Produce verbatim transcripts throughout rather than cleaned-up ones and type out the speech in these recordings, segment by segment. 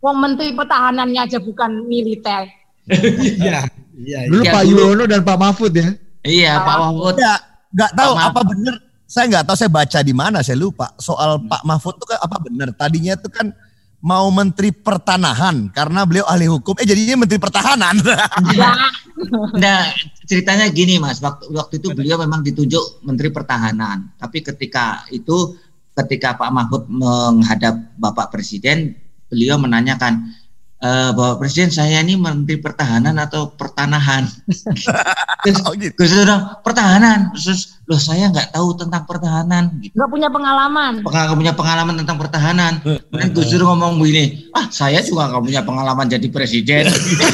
Wong Menteri Pertahanannya aja bukan militer. Iya, iya. Dulu Ya, Pak dulu- Yuwono dan Pak Mahfud ya. Iya, Pak Mahfud. Enggak, enggak tahu Pak apa benar. Saya enggak tahu, saya baca di mana, saya lupa. Soal Hmm. Pak Mahfud itu kan apa benar? Tadinya itu kan mau Menteri Pertanahan karena beliau ahli hukum. Eh jadinya Menteri Pertahanan. Nah, ceritanya gini Mas, waktu waktu itu beliau memang ditunjuk Menteri Pertahanan, tapi ketika itu ketika Pak Mahfud menghadap Bapak Presiden, beliau menanyakan, e, Bapak Presiden saya ini Menteri Pertahanan atau Pertanahan? Terus Oh, gitu. Gus Dur bilang, Pertahanan. Terus loh saya nggak tahu tentang pertahanan. Gitu. Nggak punya pengalaman. Nggak punya pengalaman tentang pertahanan. Kemudian Gus Dur ngomong begini, ah saya juga nggak punya pengalaman jadi presiden.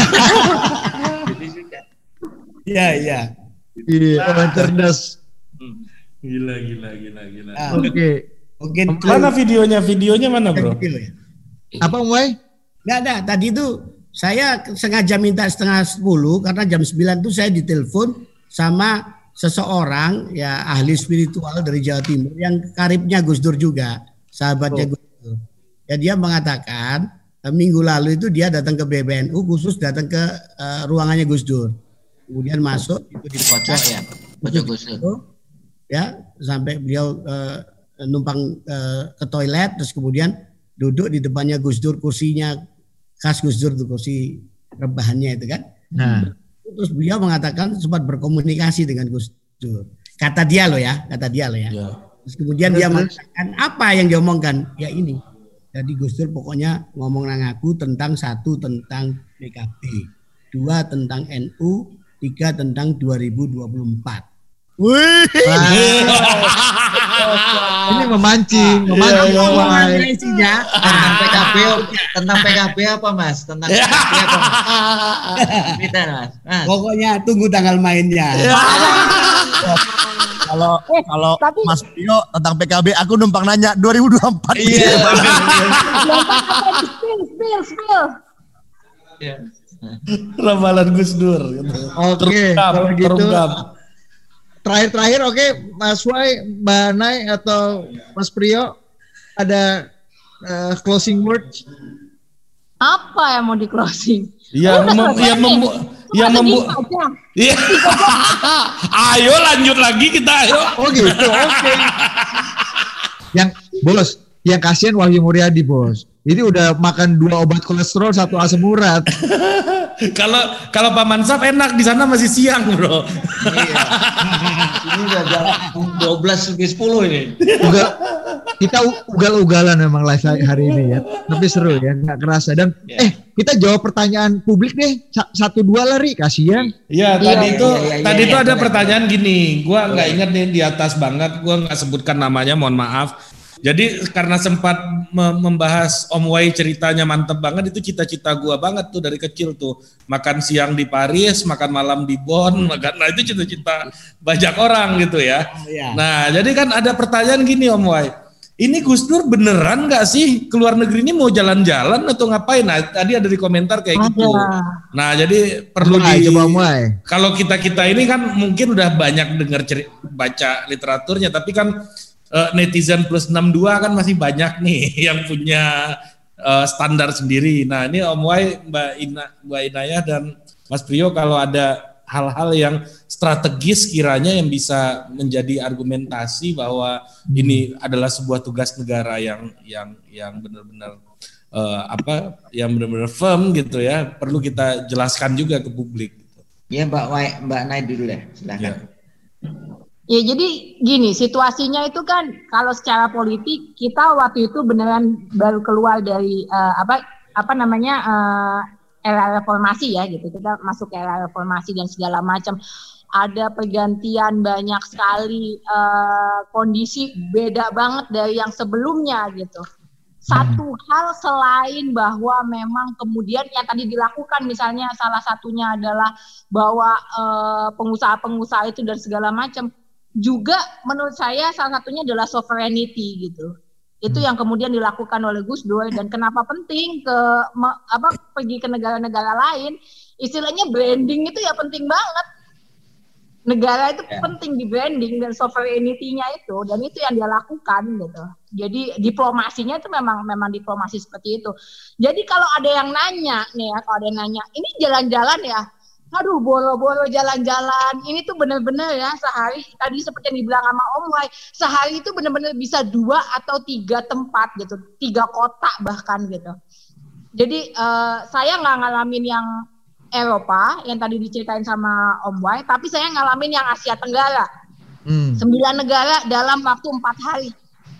Iya, iya. Iya, orang cerdas. Gila, gila, gila, gila. Ah, Oke. Mungkin Mana videonya? Videonya mana, bro? Apa Muay? Enggak ada. Tadi itu saya sengaja minta setengah sepuluh karena jam sembilan itu saya ditelepon sama seseorang ya ahli spiritual dari Jawa Timur yang karibnya Gus Dur juga, sahabatnya Gus Dur. Ya dia mengatakan eh, minggu lalu itu dia datang ke B B N U khusus datang ke eh, ruangannya Gus Dur. Kemudian masuk itu di Pojok ya, pojok Gus Dur. ya sampai beliau eh, numpang eh, ke toilet terus kemudian duduk di depannya Gus Dur, kursinya khas Gus Dur itu kursi rebahannya itu kan. Nah, Terus beliau mengatakan sempat berkomunikasi dengan Gus Dur. Kata dia loh ya, kata dia loh ya. Ya. Terus kemudian dia mengatakan apa yang diomongkan? Ya ini. Jadi Gus Dur pokoknya ngomong nang aku tentang satu tentang P K B, dua tentang N U, tiga tentang dua ribu dua puluh empat. Wih. ini memancing, memancing. Apa Muay. namanya isinya? Tentang P K B, tentang P K B apa Mas? Tentang P K B apa Mas? Kita Mas. Mas. Pokoknya tunggu tanggal mainnya. Kalau kalau Tapi- Mas Pio tentang P K B aku numpang nanya dua ribu dua puluh empat. Iya. Lompat apa? Spill, spill, spill. Iya. Ramalan Gus Dur. Gitu. Oke, Terungkap, kalau gitu terungkap. terakhir-terakhir oke Mas Wai, Mbak Nay atau Mas Priyo ada eh, closing words? Apa yang mau di closing? Yang Udah mem, selesai yang nih. membu, Cuma yang membu. segini aja. Iya. Ayo lanjut lagi kita, ayo. Oh gitu, oke. Yang bos, yang kasihan Wahyu Muryadi bos. Ini udah makan dua obat kolesterol, satu asam urat. Kalau kalau Pak Mansap enak di sana masih siang, bro. Iya. Ini udah jam dua belas lebih sepuluh ini. Ugal, kita u- ugal-ugalan memang live hari ini ya. Tapi seru ya, nggak kerasa. Dan Ya. eh kita jawab pertanyaan publik deh. Sa- Satu dua lari, kasihan. Iya, Iya, tadi iya, itu iya, iya, tadi iya, itu iya, ada boleh, pertanyaan gini. Gua nggak ingat nih di atas banget. Gua nggak sebutkan namanya, mohon maaf. Jadi karena sempat me- membahas Om Wai ceritanya mantep banget, itu cita-cita gua banget tuh dari kecil tuh. Makan siang di Paris, makan malam di Bonn, makan nah itu cita-cita banyak orang gitu ya. Iya. Nah, jadi kan ada pertanyaan gini Om Wai. Ini Gus Dur beneran nggak sih keluar negeri ini mau jalan-jalan atau ngapain? Nah, tadi ada di komentar kayak gitu. Ada. Nah, jadi perlu Mulai, di coba mulai. kalau kita-kita ini kan mungkin udah banyak dengar ceri- baca literaturnya, tapi kan eh, netizen plus enam puluh dua kan masih banyak nih yang punya eh, standar sendiri. Nah, ini Om Wai, Mbak Ina, Mbak Inayah dan Mas Priyo kalau ada hal-hal yang strategis kiranya yang bisa menjadi argumentasi bahwa ini adalah sebuah tugas negara yang yang yang benar-benar eh, apa yang benar-benar firm gitu ya, perlu kita jelaskan juga ke publik gitu. Ya Mbak Wai, Mbak Nay dulu deh, silakan. Ya. Ya jadi gini, situasinya itu kan kalau secara politik kita waktu itu beneran baru keluar dari eh, apa apa namanya eh, era reformasi ya gitu. Kita masuk ke era reformasi dan segala macam. Ada pergantian banyak sekali eh, kondisi beda banget dari yang sebelumnya gitu. Satu hal selain bahwa memang kemudian yang tadi dilakukan misalnya salah satunya adalah bahwa eh, pengusaha-pengusaha itu dan segala macam, juga menurut saya salah satunya adalah sovereignty gitu. Itu yang kemudian dilakukan oleh Gus Dur, dan kenapa penting ke me, apa pergi ke negara-negara lain, istilahnya branding itu ya penting banget. Negara itu Ya. penting di branding dan sovereignty-nya itu, dan itu yang dia lakukan gitu. Jadi diplomasinya itu memang memang diplomasi seperti itu. Jadi kalau ada yang nanya nih ya, kalau ada yang nanya, ini jalan-jalan ya, aduh boro-boro jalan-jalan, ini tuh bener-bener ya sehari, tadi seperti yang dibilang sama Om Wai, sehari itu bener-bener bisa dua atau tiga tempat gitu, tiga kota bahkan gitu. Jadi uh, saya nggak ngalamin yang Eropa yang tadi diceritain sama Om Wai, tapi saya ngalamin yang Asia Tenggara. Hmm. Sembilan negara dalam waktu empat hari.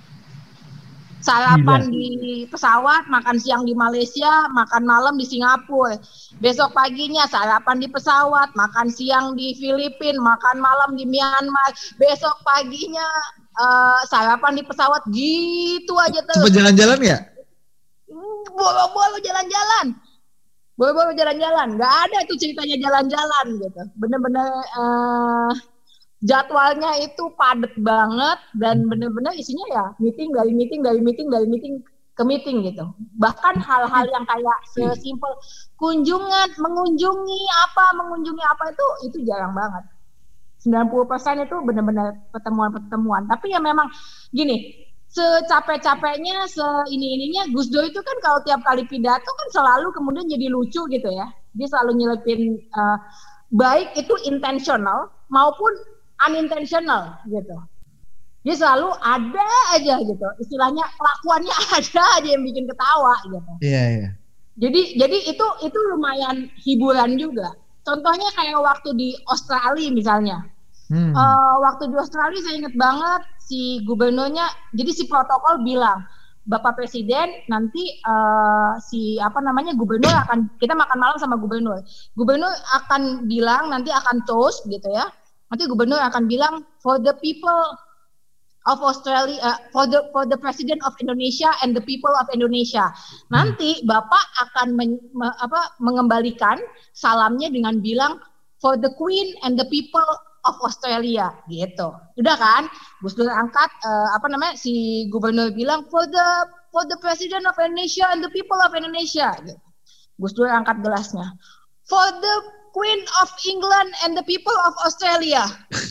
Sarapan Gila. di pesawat, makan siang di Malaysia, makan malam di Singapura. Besok paginya sarapan di pesawat, makan siang di Filipina, makan malam di Myanmar. Besok paginya uh, sarapan di pesawat, gitu aja terus. Cepet jalan-jalan ya? Bolo-bolo jalan-jalan. Bolo-bolo jalan-jalan. Nggak ada tuh ceritanya jalan-jalan gitu. Bener-bener uh, jadwalnya itu padat banget dan bener-bener isinya ya meeting dari meeting dari meeting dari meeting ke meeting gitu. Bahkan hal-hal yang kayak sesimpel kunjungan, mengunjungi apa, mengunjungi apa itu itu jarang banget. sembilan puluh persen itu benar-benar pertemuan-pertemuan. Tapi ya memang gini, secapek-capeknya, seini-ininya, Gus Dur itu kan kalau tiap kali pidato kan selalu kemudian jadi lucu gitu ya. Dia selalu nyelipin uh, baik itu intentional maupun unintentional gitu. Dia selalu ada aja gitu. Istilahnya kelakuannya ada aja yang bikin ketawa gitu. Iya, yeah, iya. Yeah. Jadi jadi itu itu lumayan hiburan juga. Contohnya kayak waktu di Australia misalnya. Hmm. Uh, waktu di Australia saya ingat banget si gubernurnya, jadi si protokol bilang, Bapak Presiden nanti uh, si apa namanya gubernur akan, kita makan malam sama gubernur. Gubernur akan bilang nanti akan toast gitu ya. Nanti gubernur akan bilang for the people of Australia, uh, for the for the President of Indonesia and the people of Indonesia. Nanti Bapak akan men, me, apa, mengembalikan salamnya dengan bilang for the Queen and the people of Australia gitu. Udah kan? Gus Dur angkat uh, apa namanya si gubernur bilang for the for the President of Indonesia and the people of Indonesia gitu. Gus Dur angkat gelasnya. For the Queen of England and the people of Australia.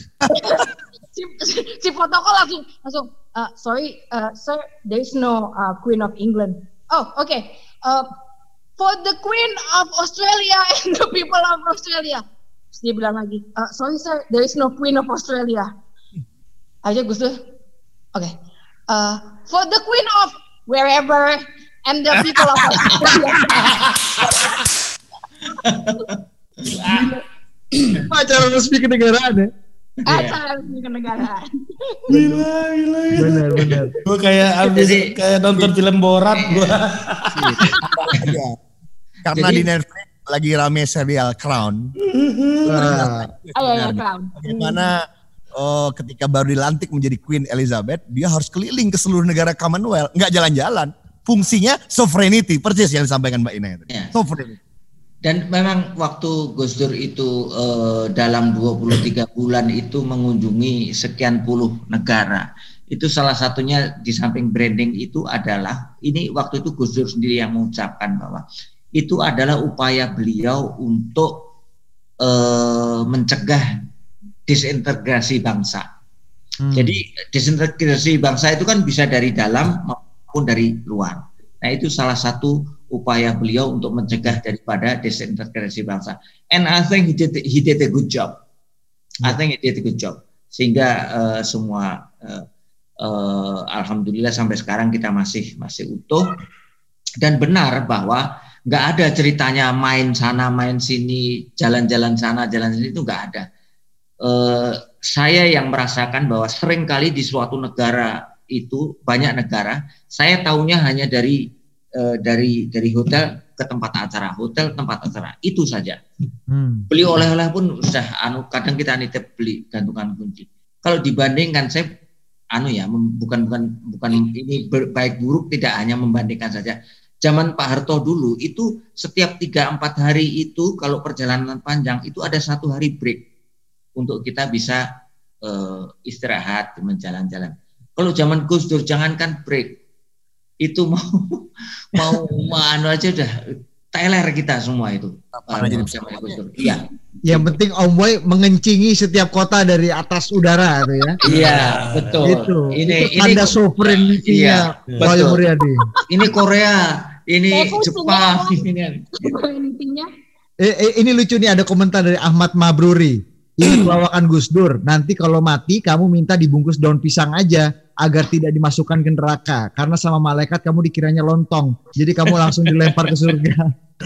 si, si protokol langsung langsung uh, sorry uh, sir, there is no uh, Queen of England. Oh, oke. Okay. Uh, for the Queen of Australia and the people of Australia. Terus dia bilang lagi, uh, sorry sir, there is no Queen of Australia. Aja Gus Dur. Oke. Okay. Uh, for the Queen of wherever and the people of Australia. Acara resmi kenegaraan ya. Acara resmi kenegaraan. Gila, gila, gila. Benar, benar. Gue kayak abis kayak nonton film Borat gue. Karena di Netflix lagi rame serial Crown. Nah, Ayo, ya, Crown. Bagaimana oh, ketika baru dilantik menjadi Queen Elizabeth, dia harus keliling ke seluruh negara Commonwealth, nggak jalan-jalan. Fungsinya sovereignty, persis yang disampaikan Mbak Ina. Ya. Sovereignty. Dan memang waktu Gus Dur itu eh, dalam dua puluh tiga bulan itu mengunjungi sekian puluh negara. Itu salah satunya di samping branding itu adalah, ini waktu itu Gus Dur sendiri yang mengucapkan bahwa itu adalah upaya beliau untuk uh, mencegah disintegrasi bangsa. Hmm. Jadi disintegrasi bangsa itu kan bisa dari dalam maupun dari luar. Nah itu salah satu upaya beliau untuk mencegah daripada disintegrasi bangsa. And I think he did he did a good job. Hmm. I think he did a good job. Sehingga uh, semua uh, uh, alhamdulillah sampai sekarang kita masih masih utuh, dan benar bahwa nggak ada ceritanya main sana, main sini, jalan-jalan sana, jalan sini, itu nggak ada. Uh, saya yang merasakan bahwa sering kali di suatu negara itu, banyak negara, saya tahunya hanya dari uh, dari dari hotel ke tempat acara, hotel tempat acara, itu saja. Hmm. Beli oleh-oleh pun sudah, anu kadang kita nitip beli gantungan kunci. Kalau dibandingkan saya, anu ya, bukan bukan bukan ini baik buruk, tidak hanya membandingkan saja. Zaman Pak Harto dulu itu setiap tiga empat hari itu kalau perjalanan panjang itu ada satu hari break untuk kita bisa uh, istirahat, menjalan-jalan. Kalau zaman Gus Dur jangankan break, itu mau mau mau anu aja udah teler kita semua itu. Pernah jadi Iya. Yang penting Om Boy mengencingi setiap kota dari atas udara itu ya. Iya, betul. Itu. Ini itu ini tanda sovereignty-nya Wahyu Muryadi. Ini Korea, ini Saya Jepang, pusing, ini. intinya. Eh, eh, ini lucu nih, ada komentar dari Ahmad Mabruri. Ini lawakan Gus Dur. Nanti kalau mati kamu minta dibungkus daun pisang aja agar tidak dimasukkan ke neraka. Karena sama malaikat kamu dikiranya lontong. Jadi kamu langsung dilempar ke surga.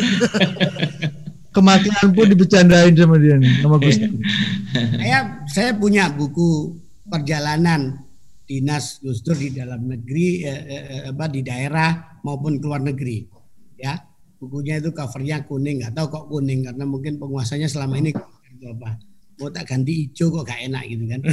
Kematian pun dibecandain sama dia nih, sama Gus Dur. Saya saya punya buku perjalanan dinas Gus Dur di dalam negeri, eh, eh, apa di daerah maupun keluar negeri. Ya, bukunya itu covernya kuning, nggak tahu kok kuning karena mungkin penguasanya selama ini apa. Mau tak ganti hijau kok gak enak gitu kan.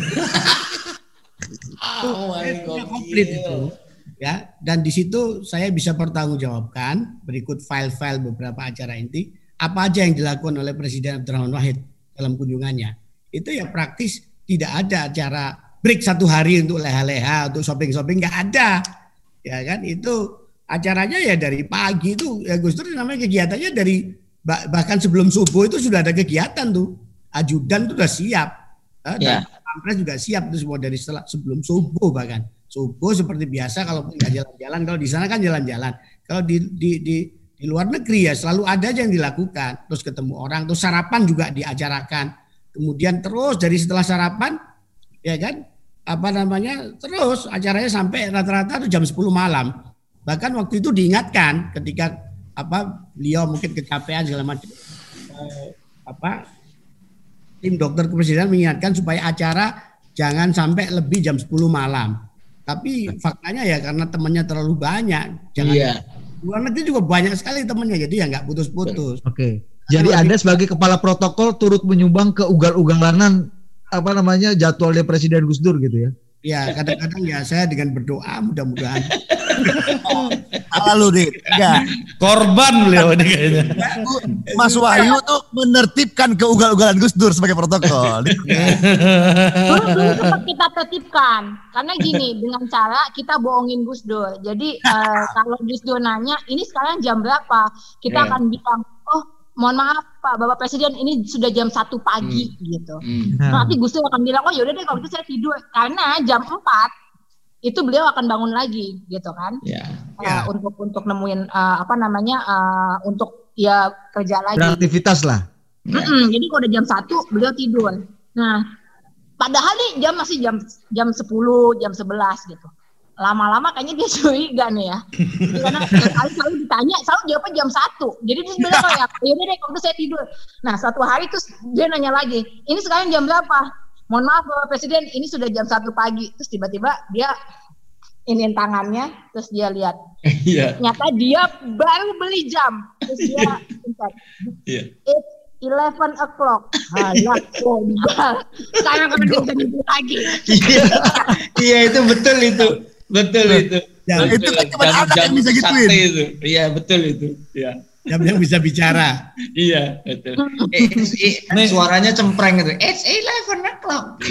Oh my God. Komplit itu. Ya, dan di situ saya bisa pertanggungjawabkan berikut file-file beberapa acara inti apa aja yang dilakukan oleh Presiden Abdurrahman Wahid dalam kunjungannya. Itu ya praktis tidak ada acara break satu hari untuk leha-leha, untuk shopping-shopping nggak ada. Ya kan, itu acaranya ya dari pagi itu ya Gus Dur namanya kegiatannya dari bahkan sebelum subuh itu sudah ada kegiatan tuh. Ajudan itu sudah siap, eh, dan Pampres juga siap itu semua dari setelah sebelum subuh bahkan subuh seperti biasa kalau nggak jalan-jalan, kalau di sana kan jalan-jalan, kalau di, di di di luar negeri ya selalu ada aja yang dilakukan, terus ketemu orang, terus sarapan juga diacarakan, kemudian terus dari setelah sarapan ya kan apa namanya terus acaranya sampai rata-rata itu jam sepuluh malam, bahkan waktu itu diingatkan ketika apa beliau mungkin kecapean segala macam eh, apa tim dokter kepresidenan mengingatkan supaya acara jangan sampai lebih jam sepuluh malam. Tapi faktanya ya karena temannya terlalu banyak. Jangan iya. Luar negeri juga banyak sekali temannya, jadi ya nggak putus-putus. Oke. Jadi Anda sebagai kepala protokol turut menyumbang ke ugal-ugalanan apa namanya jadwalnya Presiden Gus Dur gitu ya? Ya kadang-kadang ya saya dengan berdoa mudah-mudahan. Lalu Dit, enggak. Korban beliau ini kayaknya. Mas Wahyu tuh menertibkan keugal-ugalan Gus Dur sebagai protokol. Dulu dulu sempat kita tertibkan karena gini dengan cara kita bohongin Gus Dur. Jadi uh, kalau Gus Dur nanya ini sekarang jam berapa, kita Yeah. akan bilang oh mohon maaf Pak Bapak Presiden ini sudah jam satu pagi hmm. gitu. Hmm. Nanti Gus Dur akan bilang oh yaudah deh kalau gitu saya tidur karena jam empat itu beliau akan bangun lagi gitu kan. Ya. Uh, Ya. untuk untuk nemuin uh, apa namanya uh, untuk ya kerja lagi. Beraktivitas lah. Mm-mm, jadi kalau udah jam satu beliau tidur. Nah, padahal nih jam masih jam jam sepuluh, jam sebelas gitu. Lama-lama kayaknya dia curiga nih ya. Jadi karena kali selalu ditanya, selalu jawabnya jam satu. Jadi dia bilang oh ya, yaudah deh kalau gitu saya tidur. Nah, suatu hari terus dia nanya lagi, ini sekarang jam berapa? Mohon maaf Bapak Presiden, ini sudah jam satu pagi. Terus tiba-tiba dia iniin tangannya, terus dia lihat. Iya. Ternyata dia baru beli jam. Terus dia pencet. Iya. It's eleven o'clock. Halah, gombal. Sekarang kamu dia bisa tidur lagi. Iya. Iya itu betul itu. Betul itu. Ya, Betul. itu kan cuma anak yang bisa sakti gituin. itu. Iya betul itu. Iya. Jam yang bisa bicara. Iya betul. Eh, eh, suaranya cempreng itu. It's eleven o'clock.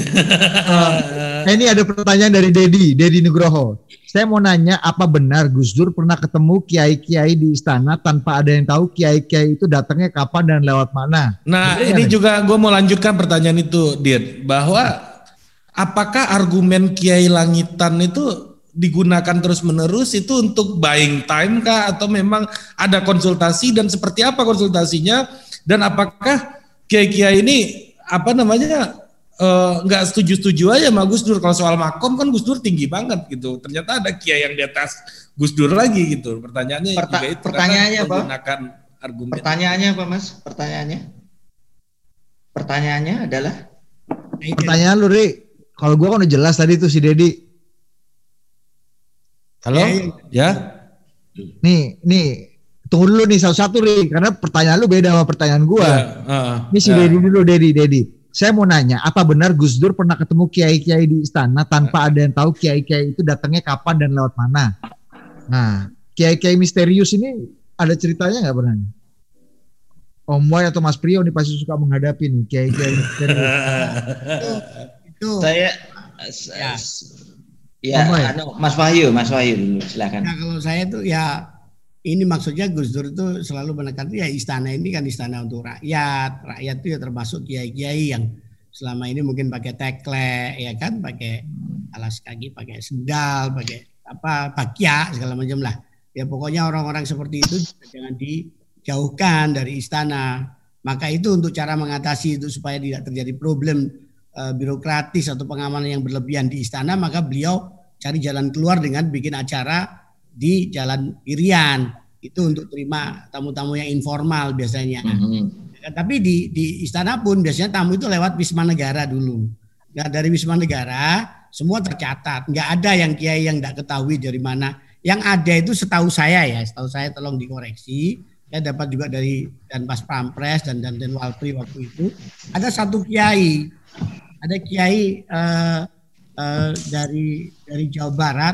Nah, ini ada pertanyaan dari Dedi, Dedi Nugroho. Saya mau nanya, apa benar Gus Dur pernah ketemu kiai-kiai di istana tanpa ada yang tahu kiai-kiai itu datangnya kapan dan lewat mana? Nah Betul ini nggak? juga gue mau lanjutkan pertanyaan itu, Dir, bahwa apakah argumen Kiai Langitan itu digunakan terus-menerus itu untuk buying time kah atau memang ada konsultasi dan seperti apa konsultasinya dan apakah Kiai-Kiai ini apa namanya nggak uh, setuju-setuju aja sama Gus Dur. Kalau soal makom kan Gus Dur tinggi banget gitu. Ternyata ada kiai yang di atas Gus Dur lagi gitu. Pertanyaannya Perta- juga itu. pertanyaannya apa? Menggunakan argumen. Pertanyaannya apa Mas? Pertanyaannya? Pertanyaannya adalah? Pertanyaan lu, Ri. Kalau gua kan udah jelas tadi tuh si Dedi. Halo? Ya? Nih, nih. Tunggu dulu nih satu-satu, Ri. Karena pertanyaan lu beda sama pertanyaan gua. Ya, uh, Ini si ya. Dedi dulu, Dedi, Dedi. Saya mau nanya, apa benar Gus Dur pernah ketemu kiai-kiai di istana tanpa ada yang tahu kiai-kiai itu datangnya kapan dan lewat mana? Nah, kiai-kiai misterius ini ada ceritanya nggak pernah? Om Boy atau Mas Priyo nih pasti suka menghadapi nih kiai-kiai misterius. Itu Saya Ya. ya, Om Boy. anu, Mas Wahyu, Mas Wahyu dulu silakan. ya, kalau saya tuh ya ini maksudnya Gus Dur itu selalu menekan ya istana ini kan istana untuk rakyat. Rakyat itu ya termasuk kiai-kiai yang selama ini mungkin pakai tekle, ya kan, pakai alas kaki, pakai sendal, pakai apa, bakya segala macam lah. Ya pokoknya orang-orang seperti itu jangan dijauhkan dari istana. Maka itu untuk cara mengatasi itu supaya tidak terjadi problem e, birokratis atau pengamanan yang berlebihan di istana, maka beliau cari jalan keluar dengan bikin acara di Jalan Irian. Itu untuk terima tamu-tamu yang informal biasanya. Mm-hmm. Tapi di, di istana pun biasanya tamu itu lewat Wisma Negara dulu. Nah, dari Wisma Negara semua tercatat. Nggak ada yang kiai yang nggak ketahui dari mana. Yang ada itu setahu saya ya, setahu saya tolong dikoreksi. Saya dapat juga dari dan Pas Pampres dan dan Walpri waktu itu. Ada satu kiai, ada kiai uh, uh, dari dari Jawa Barat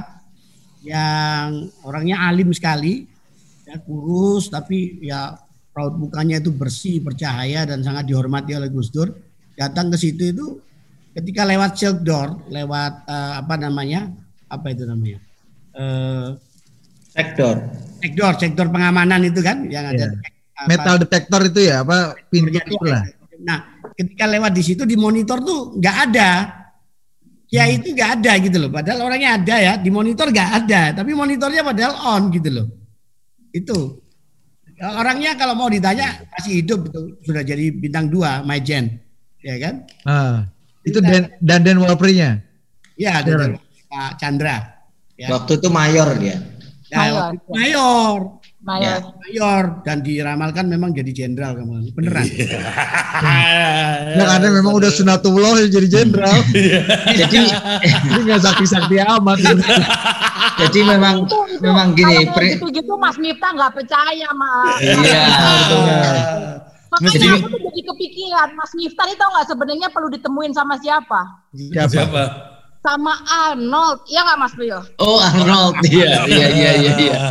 yang orangnya alim sekali, ya, kurus tapi ya raut mukanya itu bersih, bercahaya dan sangat dihormati oleh Gus Dur. Datang ke situ itu ketika lewat silk door, lewat uh, apa namanya? Apa itu namanya? Uh, sektor. Sektor, sektor pengamanan itu kan yang ada. Yeah. Metal detector itu ya, apa pintu itulah. Nah, ketika lewat di situ di monitor tuh nggak ada. Ya itu nggak ada gitu loh. Padahal orangnya ada ya, di monitor nggak ada, tapi monitornya padahal on gitu loh. Itu. Orangnya kalau mau ditanya masih hidup itu sudah jadi bintang dua Majen, ya kan? Ah, itu dan dan Den Walpri-nya. Iya, dan Pak Chandra. Ya. Waktu itu mayor dia. Ya, mayor. Mayor. Mayor. Ya, mayor dan diramalkan memang jadi jenderal kemarin. Beneran. Yang ada memang udah sunatullah jadi jenderal. Jadi ini nggak sakti-sakti amat. Jadi memang itu, itu, memang gini. Kalau gitu-gitu Mas Miftah nggak percaya sama. Iya. Makanya jadi, aku tuh jadi kepikiran Mas Miftah itu nggak sebenarnya perlu ditemuin sama siapa? Siapa? Siapa? Sama Arnold, ya nggak Mas Priyo? Oh Arnold, iya iya iya iya.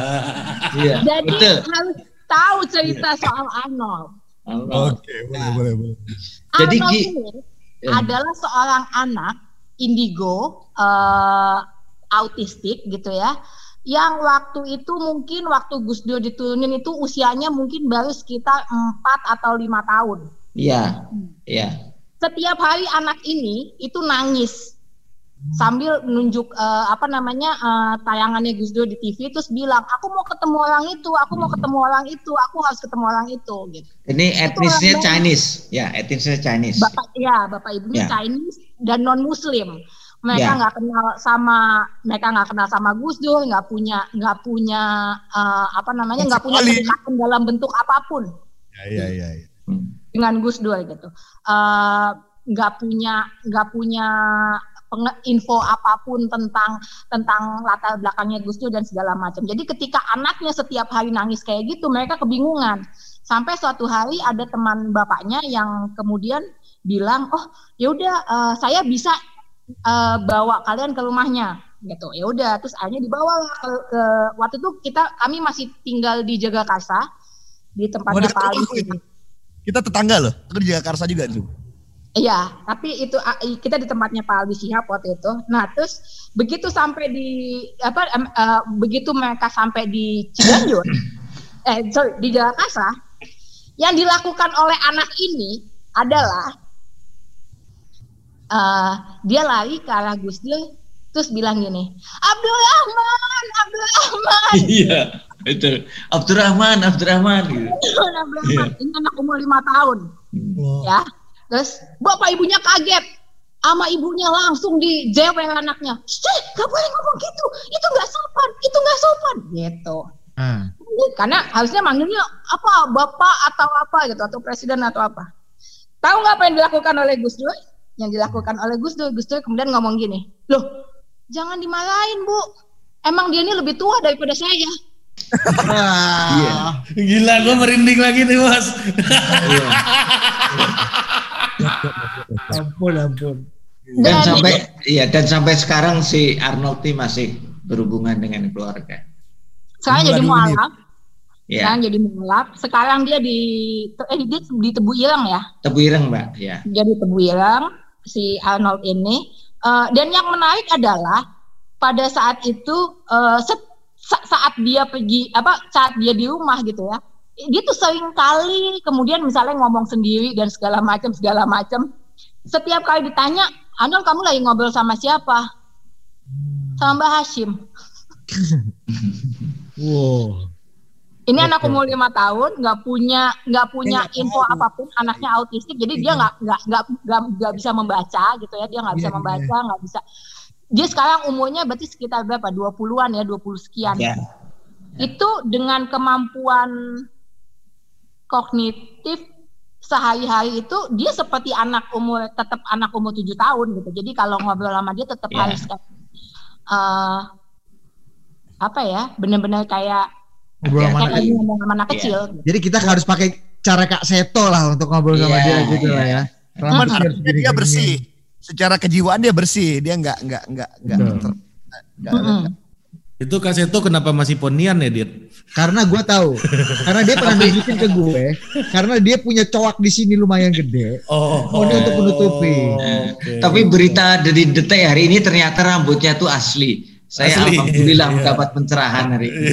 Iya. Jadi betul. harus tahu cerita soal Arnold. Arnold. Oke, boleh boleh boleh. Jadi Arnold Gi- ini ya. adalah seorang anak indigo uh, autistik gitu ya, yang waktu itu mungkin waktu Gus Dur diturunin itu usianya mungkin baru sekitar empat atau lima tahun. Iya, iya. Setiap hari anak ini itu nangis sambil nunjuk uh, apa namanya uh, tayangannya Gus Dur di T V, terus bilang aku mau ketemu orang itu, aku mau ketemu orang itu, aku harus ketemu orang itu gitu. Ini etnisnya Chinese, ya etnisnya Chinese. Bapak ya, bapak ibunya Ya. Chinese dan non Muslim. Mereka Ya. nggak kenal sama mereka nggak kenal sama Gus Dur, nggak punya nggak punya uh, apa namanya nggak punya Sekali. kedekatan dalam bentuk apapun Ya ya ya. ya. dengan Gus Dur gitu. Uh, nggak punya nggak punya penge- info apapun tentang tentang latar belakangnya Gus Dur dan segala macam. Jadi ketika anaknya setiap hari nangis kayak gitu, mereka kebingungan. Sampai suatu hari ada teman bapaknya yang kemudian bilang, oh ya udah uh, saya bisa uh, bawa kalian ke rumahnya gitu. Ya udah, terus akhirnya dibawa ke, ke waktu itu kita kami masih tinggal di Jagakarsa di tempatnya Waduh, Pak Ali. kita, kita tetangga loh. Aku di Jakarta juga dulu. Iya, tapi itu a- kita di tempatnya Pak Alwi Shihab waktu itu. Nah, terus begitu sampai di apa em, eh, begitu mereka sampai di Cianjur, eh sorry di Jakarta, yang dilakukan oleh anak ini adalah eh, dia lari ke arah Gus Dur, terus bilang gini, Abdurrahman, Abdurrahman. Iya, itu Abdurrahman, Abdurrahman gitu. Abdurrahman. Ini anak umur lima tahun, ya. Terus bapak ibunya kaget, sama ibunya langsung dijewer anaknya. Shh, gak boleh ngomong gitu, itu gak sopan, itu gak sopan, gitu. Ah. Karena harusnya manggilnya apa, bapak atau apa gitu, atau presiden atau apa. Tahu nggak apa yang dilakukan oleh Gus Dur? Yang dilakukan oleh Gus Dur, Gus Dur kemudian ngomong gini, loh, jangan dimarahin bu, emang dia ini lebih tua daripada saya. Iya. Gila, gue merinding lagi nih mas. Ampun, ampun. Dan Dan- sampai iya dan sampai sekarang si Arnold ini masih berhubungan dengan keluarga. Sekarang jadi Dua mualaf, Ya, sekarang jadi mualaf. Sekarang dia di eh dia di Tebu Ireng ya. Tebu Ireng Mbak. Ya. Jadi Tebu Ireng si Arnold ini. Eh, dan yang menarik adalah pada saat itu eh, set- sa- saat dia pergi apa saat dia di rumah gitu ya, dia tuh sering kali kemudian misalnya ngomong sendiri dan segala macam segala macam. Setiap kali ditanya, Arnold kamu lagi ngobrol sama siapa? Sama Mbak Hashim. Wow. Ini Oke. anak umur lima tahun, nggak punya nggak punya info apapun, anaknya autistik, jadi dia nggak nggak nggak nggak nggak bisa membaca gitu ya, dia nggak bisa Iya, membaca, nggak bisa. Dia sekarang umurnya berarti sekitar berapa? dua puluhan ya, dua puluh sekian. Ya. Itu dengan kemampuan kognitif sehari-hari itu dia seperti anak umur tetap anak umur tujuh tahun gitu. Jadi kalau ngobrol sama dia tetap Ya. harus uh, apa ya, benar-benar kayak Ngobrol sama kayak anak lagi kecil. ngomong sama anak kecil. gitu. Jadi kita harus pakai cara Kak Seto lah untuk ngobrol sama Iya, dia gitu iya. lah ya. Cuman Rambut harus artinya gini-gini. dia bersih. Secara kejiwaan dia bersih. Dia nggak nggak nggak nggak. Betul. ter- nggak- Mm-mm. Itu Kak Seto kenapa masih ponian ya, Dit? Karena gue tahu, karena dia pernah nunjukin ke gue, karena dia punya cowok di sini lumayan gede. Oh, Oh, dia untuk menutupi. oke. Tapi berita dari Detik hari ini ternyata rambutnya tuh asli. Saya Asli. alhamdulillah Iya. mendapat pencerahan hari ini.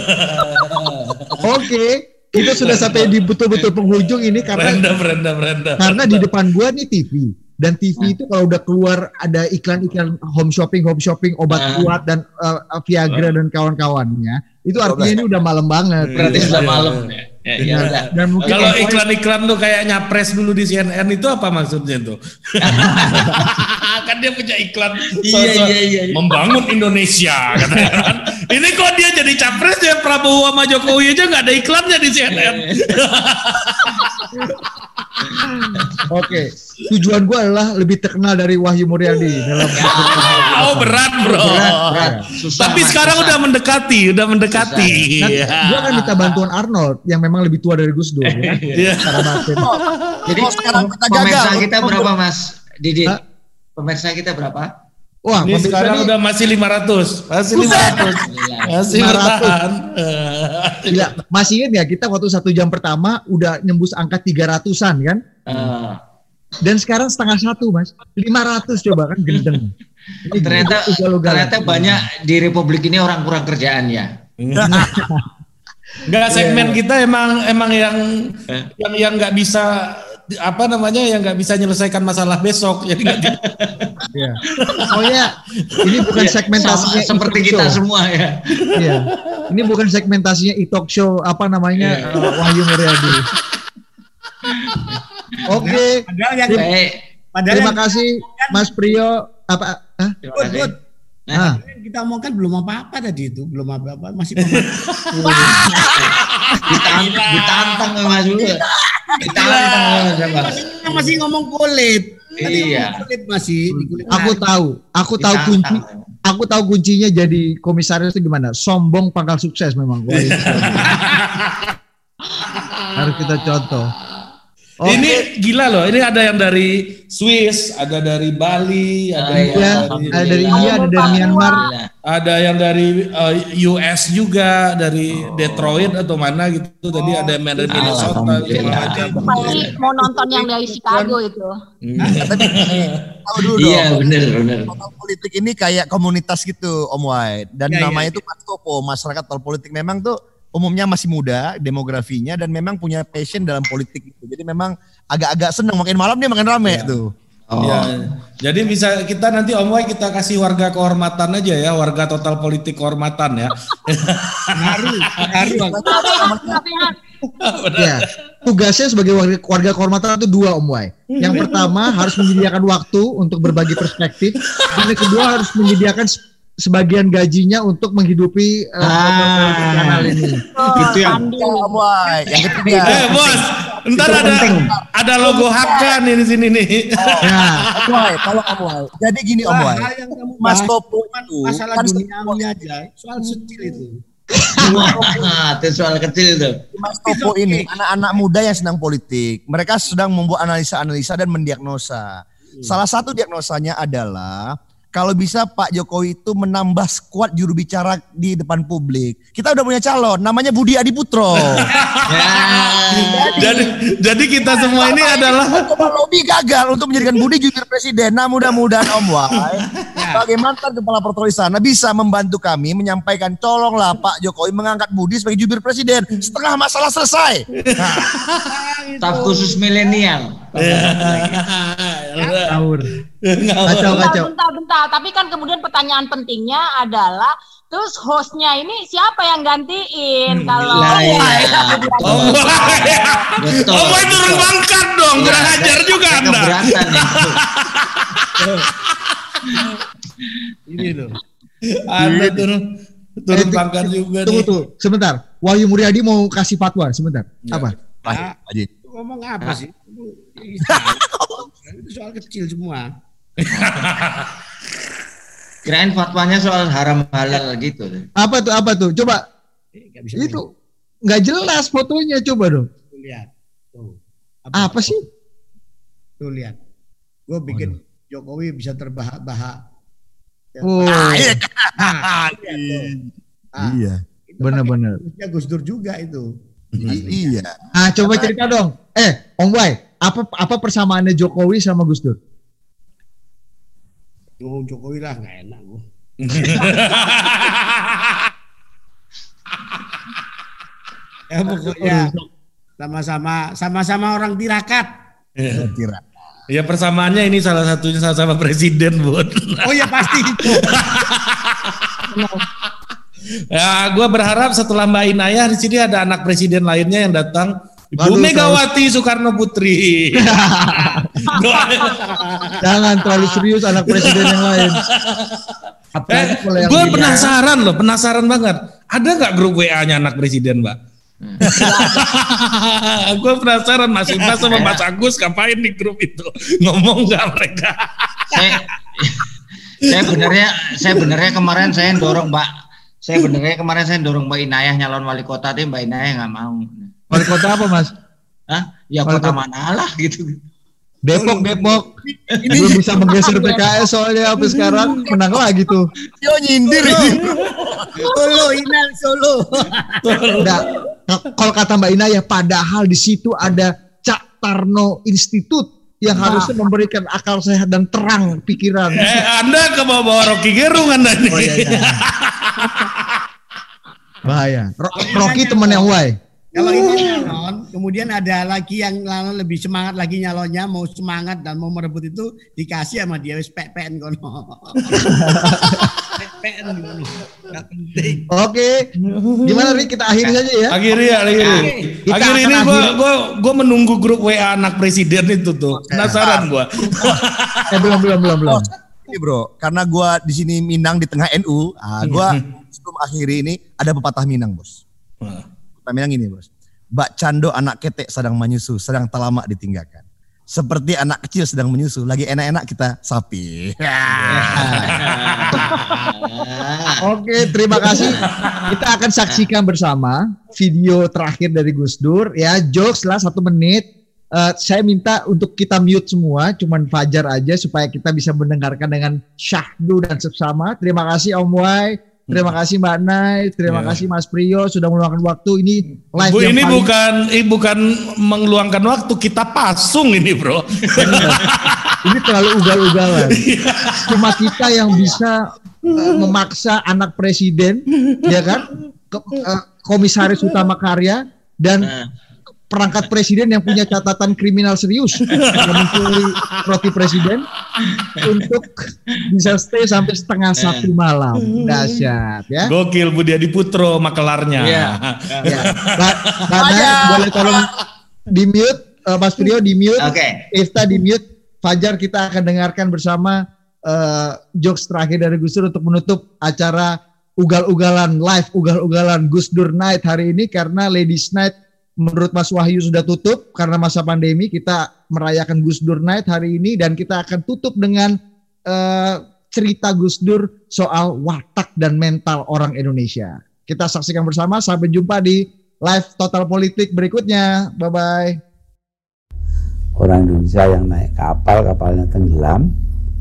Oke, kita sudah sampai di betul-betul penghujung ini karena Renda, renda, renda. karena di depan gua nih T V. Dan T V itu kalau udah keluar ada iklan-iklan home shopping, home shopping, obat Ah. kuat dan uh, Viagra dan kawan-kawannya, itu artinya ini udah malam banget. Berarti Iya, sudah iya, malam iya. ya. Ya, ya Dan, udah. dan mungkin Kalau Om Boy- iklan-iklan tuh kayak nyapres dulu di C N N itu apa maksudnya tuh? Kan dia punya iklan Iya, sosok iya, iya. membangun Indonesia katanya kan. Ini kok dia jadi capres ya Prabowo sama Jokowi aja nggak ada iklannya di C N N. Oke, tujuan gua adalah lebih terkenal dari Wahyu Muryadi dalam Oh berat bro. Berat, berat. Susah, Tapi Mas, sekarang susah. udah mendekati, udah mendekati. Nah, Iya. gua akan minta bantuan Arnold yang memang lebih tua dari Gus Dur ya. Iya. Secara batin. Jadi Oh, sekarang kita pemirsa gagal. kita berapa Mas Didi? Hah? Pemirsa kita berapa? Wah, Ini pemirsa sekarang nih, udah masih lima ratus. Masih lima ratus. Masih lima ratus. bertahan. gila, masih ingat ya kita waktu satu jam pertama udah nyembus angka tiga ratusan kan? Eh, Dan sekarang setengah satu mas, lima ratus coba kan gendeng. Ini ternyata ugal-ugalan. ternyata banyak di Republik ini orang kurang kerjaan ya. Enggak, segmen kita emang emang yang Eh. yang yang nggak bisa apa namanya yang nggak bisa menyelesaikan masalah besok jadi nggak di- Iya. Oh ya, ini bukan Iya, segmentasinya sama- seperti e-talk kita show. semua ya. Iya. Ini bukan segmentasinya e-talk show apa namanya Iya. uh, Wahyu Muryadi. Oke, Padahal yang Baik. padahal terima yang kasih Mas Priyo. Apa? Hah? Terima Good, kasih. good. Ah, yang kita omongkan belum apa-apa tadi itu, belum apa-apa, masih Ditantang, ditantang sama Mas dulu. Ditantang sama Mas. Kita masih ngomong kulit. Tadi Iya. ngomong kulit masih di kulit. aku tahu, aku tahu kunci, Ditantang. aku tahu kuncinya jadi komisaris itu gimana? Sombong pangkal sukses memang. Wah, itu. Harus kita contoh. Oke. Ini gila loh, ini ada yang dari Swiss, ada dari Bali, ada Ah, yang Iya, dari, ada dari India, ada dari Myanmar. Gila. ada yang dari uh, U S juga, dari Detroit atau mana gitu. Tadi ada yang dari Minnesota Alhamdulillah. segala macam. Pasti mau nonton yang dari Chicago itu. Tahu dulu Iya dong. benar benar. Total politik ini kayak komunitas gitu Om White. Dan Ya, namanya ya, itu Maskopo, masyarakat total politik memang tuh umumnya masih muda demografinya dan memang punya passion dalam politik gitu. Jadi memang agak-agak seneng makin malam dia makin rame Ya. tuh. Oh. Ya, jadi bisa kita nanti Om Wai kita kasih warga kehormatan aja ya, warga total politik kehormatan ya. Ngaruh, ngaruh. Ya, tugasnya sebagai warga, warga kehormatan itu dua Om Wai. Yang pertama harus menyediakan waktu untuk berbagi perspektif, dan yang kedua harus menyediakan se- sebagian gajinya untuk menghidupi uh, Ah. kanal ini. Itu yang- Ya, Om White. Yang ketiga. Eh bos, ntar Itu ada penting. ada logo H K nih di sini nih. Ya, Om White, tolong Om White. Jadi gini Om White. Hal yang kamu Mas bahas Topo bukan itu masalah kan duniawi aja, soal kecil itu. Wah, itu soal kecil itu. Mas Topo ini anak-anak muda yang sedang politik. Mereka sedang membuat analisa-analisa dan mendiagnosa. Salah satu diagnosanya adalah kalau bisa Pak Jokowi itu menambah skuad juru bicara di depan publik. Kita udah punya calon, namanya Budi Adiputro. jadi jadi kita semua ini adalah lobby gagal untuk menjadikan Budi jubir presiden. Nah, mudah-mudahan Om Wai sebagai mantan kepala protokol istana bisa membantu kami menyampaikan, tolonglah Pak Jokowi mengangkat Budi sebagai jubir presiden. Setengah masalah selesai. Nah. Staf khusus milenial. Ngawur. Kacau, kacau. Bentar, bentar. Tapi kan kemudian pertanyaan pentingnya adalah, terus hostnya ini siapa yang gantiin? Hmm, kalau lah, iya. Oh, betul. Oh, itu turun pangkat dong, kurang ya, ajar juga Anda. Ini loh. Anda turun turun pangkat juga. Tunggu tuh, sebentar. Wahyu Muryadi mau kasih fatwa sebentar. Ya. Apa? Nah, ngomong apa sih? Itu soal kecil semua. Kirain fatwanya soal haram halal gitu. Apa tuh? Apa tuh? Coba. Eh, gak bisa itu nggak jelas fotonya, coba dong. Tuh, lihat. Tuh. Apa, apa sih? Tuh lihat. Gue bikin oh, Jokowi bisa terbahak-bahak. Oh. Nah, nah, nah, iya. Benar-benar. Ya Gus Dur juga itu. Iya. Ah, coba cerita dong. Eh, Om Wai, apa apa persamaannya Jokowi sama Gus Dur? Ngomong Jokowi lah nggak enak gue. Ya pokoknya sama-sama sama-sama orang tirakat. Tirakat. Ya persamaannya ini salah satunya sama-sama presiden, Bud. Oh ya pasti itu. Ya, gue berharap setelah Mbak Inayah di sini ada anak presiden lainnya yang datang. Ibu Megawati Soekarno Putri. Jangan terlalu serius anak presiden yang lain. Eh, gue penasaran loh, penasaran banget. Ada nggak grup W A-nya anak presiden, Mbak? Gue penasaran Mas Indra sama Mas Agus ngapain di grup itu, ngomong nggak mereka? saya, saya benernya, saya benernya kemarin saya dorong Mbak, saya benernya kemarin saya dorong Mbak Inayah nyalon wali kota, tapi Mbak Inayah nggak mau. Wali kota apa Mas? Hah? Ya wali kota mana lah gitu. Depok, Depok. Belum bisa menggeser P K S soalnya sampai sekarang menang lagi tuh. Yo nyindir ini. Solo, Inal Solo. Nah, kalau kata Mbak Inayah, padahal di situ ada Cak Tarno Institute yang nah. harusnya memberikan akal sehat dan terang pikiran. Eh, Anda ke bawah Rocky Gerung Anda nih. Oh, iya, iya. Bahaya. Rocky temannya Wai. Kalau ini nyalon, kemudian ada lagi yang lebih semangat lagi nyalonnya, mau semangat dan mau merebut itu dikasih sama dia wis P P N kono. P P N kono. Enggak penting. Oke. Gimana Ri, kita akhiri saja ya? Akhiri ya, akhiri. Kita akhiri ini gua gua gua menunggu grup W A anak presiden itu tuh. Penasaran gua. eh belum belum belum belum. Ini bro, karena gua di sini Minang di tengah N U, ah, gua sebelum akhiri ini ada pepatah Minang, Bos. Minang ini bos, Mbak Cando anak ketek sedang menyusu, sedang tak lama ditinggalkan. Seperti anak kecil sedang menyusu, lagi enak-enak kita sapi. Oke, terima kasih. Kita akan saksikan bersama video terakhir dari Gus Dur. Ya, jokes lah satu menit. Uh, saya minta untuk kita mute semua, cuman Fajar aja supaya kita bisa mendengarkan dengan syahdu dan seksama. Terima kasih Om Wai. Terima kasih Mbak Nay, terima ya. kasih Mas Priyo sudah meluangkan waktu ini live. Bu, yang ini paling... bukan ini bukan mengeluangkan waktu, kita pasung ini bro. Ini terlalu ugal-ugalan. Cuma kita yang bisa uh, memaksa anak presiden, ya kan, Ke, uh, komisaris utama karya dan perangkat presiden yang punya catatan kriminal serius yang mencuri roti presiden untuk bisa stay sampai setengah satu malam. Dahsyat ya. Gokil Budi Adiputro makelarnya. Iya. Ya. Karena boleh tolong di mute uh, Mas Priyo di mute. Oke. Okay. Ifta di mute. Fajar kita akan dengarkan bersama uh, jokes terakhir dari Gus Dur untuk menutup acara ugal-ugalan live ugal-ugalan Gus Dur Night hari ini, karena Ladies Night menurut Mas Wahyu sudah tutup karena masa pandemi. Kita merayakan Gus Dur Night hari ini dan kita akan tutup dengan uh, cerita Gus Dur soal watak dan mental orang Indonesia. Kita saksikan bersama. Sampai jumpa di live Total Politik berikutnya. Bye-bye. Orang Indonesia yang naik kapal, kapalnya tenggelam,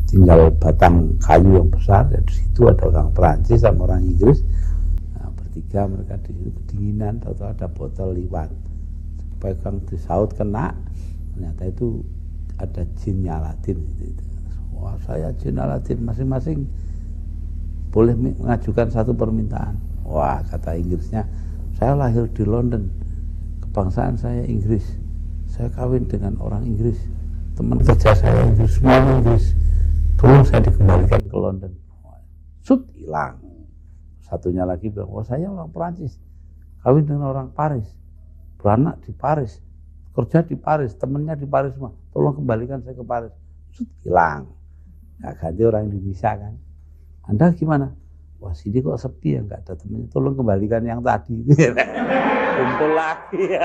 tinggal batang kayu yang besar, dan di situ ada orang Perancis sama orang Inggris. Nah, bertiga mereka di situ kedinginan, tahu-tahu ada botol liwat, pegang di saut kena, ternyata itu ada jinnya Aladin. Wah, saya jin Aladin, masing-masing boleh mengajukan satu permintaan. Wah, kata Inggrisnya, saya lahir di London, kebangsaan saya Inggris, saya kawin dengan orang Inggris, teman kerja saya Inggris, semua Inggris, tolong saya dikembalikan ke London. Sut, hilang. Satunya lagi bilang, oh saya orang Perancis, kawin dengan orang Paris, beranak di Paris, kerja di Paris, temennya di Paris semua, tolong kembalikan saya ke Paris. Sut, hilang. Nah, ganti orang Indonesia kan. Anda gimana? Wah, sini kok sepi ya, nggak ada temennya, tolong kembalikan yang tadi. Kumpul lagi ya.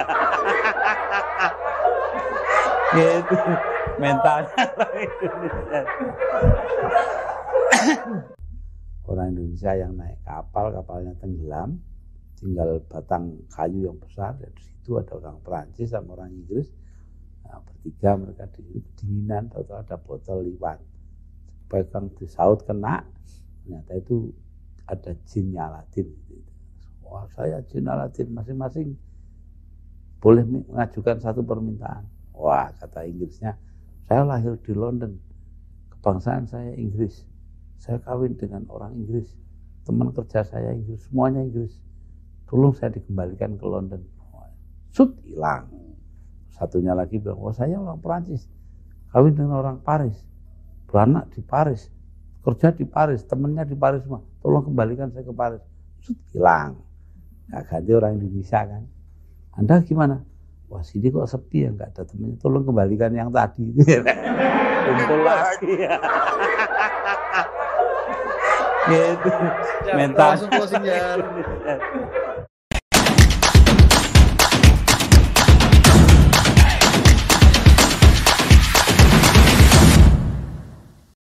Gitu mentalnya orang Indonesia. Orang Indonesia yang naik kapal, kapalnya tenggelam, tinggal batang kayu yang besar, dan di situ ada orang Perancis sama orang Inggris. Nah, bertiga mereka di kedinginan, tahu-tahu ada botol liwat, pegang di saut kena, ternyata itu ada jinnya Aladin. Wah, saya jin Aladin, masing-masing boleh mengajukan satu permintaan. Wah, kata Inggrisnya, saya lahir di London, kebangsaan saya Inggris, saya kawin dengan orang Inggris, teman kerja saya Inggris, semuanya Inggris, tolong saya dikembalikan ke London. Sut, hilang. Satunya lagi bilang, oh saya orang Perancis, kawin dengan orang Paris, beranak di Paris, kerja di Paris, temennya di Paris semua, tolong kembalikan saya ke Paris. Sut, hilang. Nah, ganti orang Indonesia kan. Anda gimana? Wah, sini kok sepi ya, nggak ada temennya, tolong kembalikan yang tadi. Kumpul lagi ya. Gitu mental.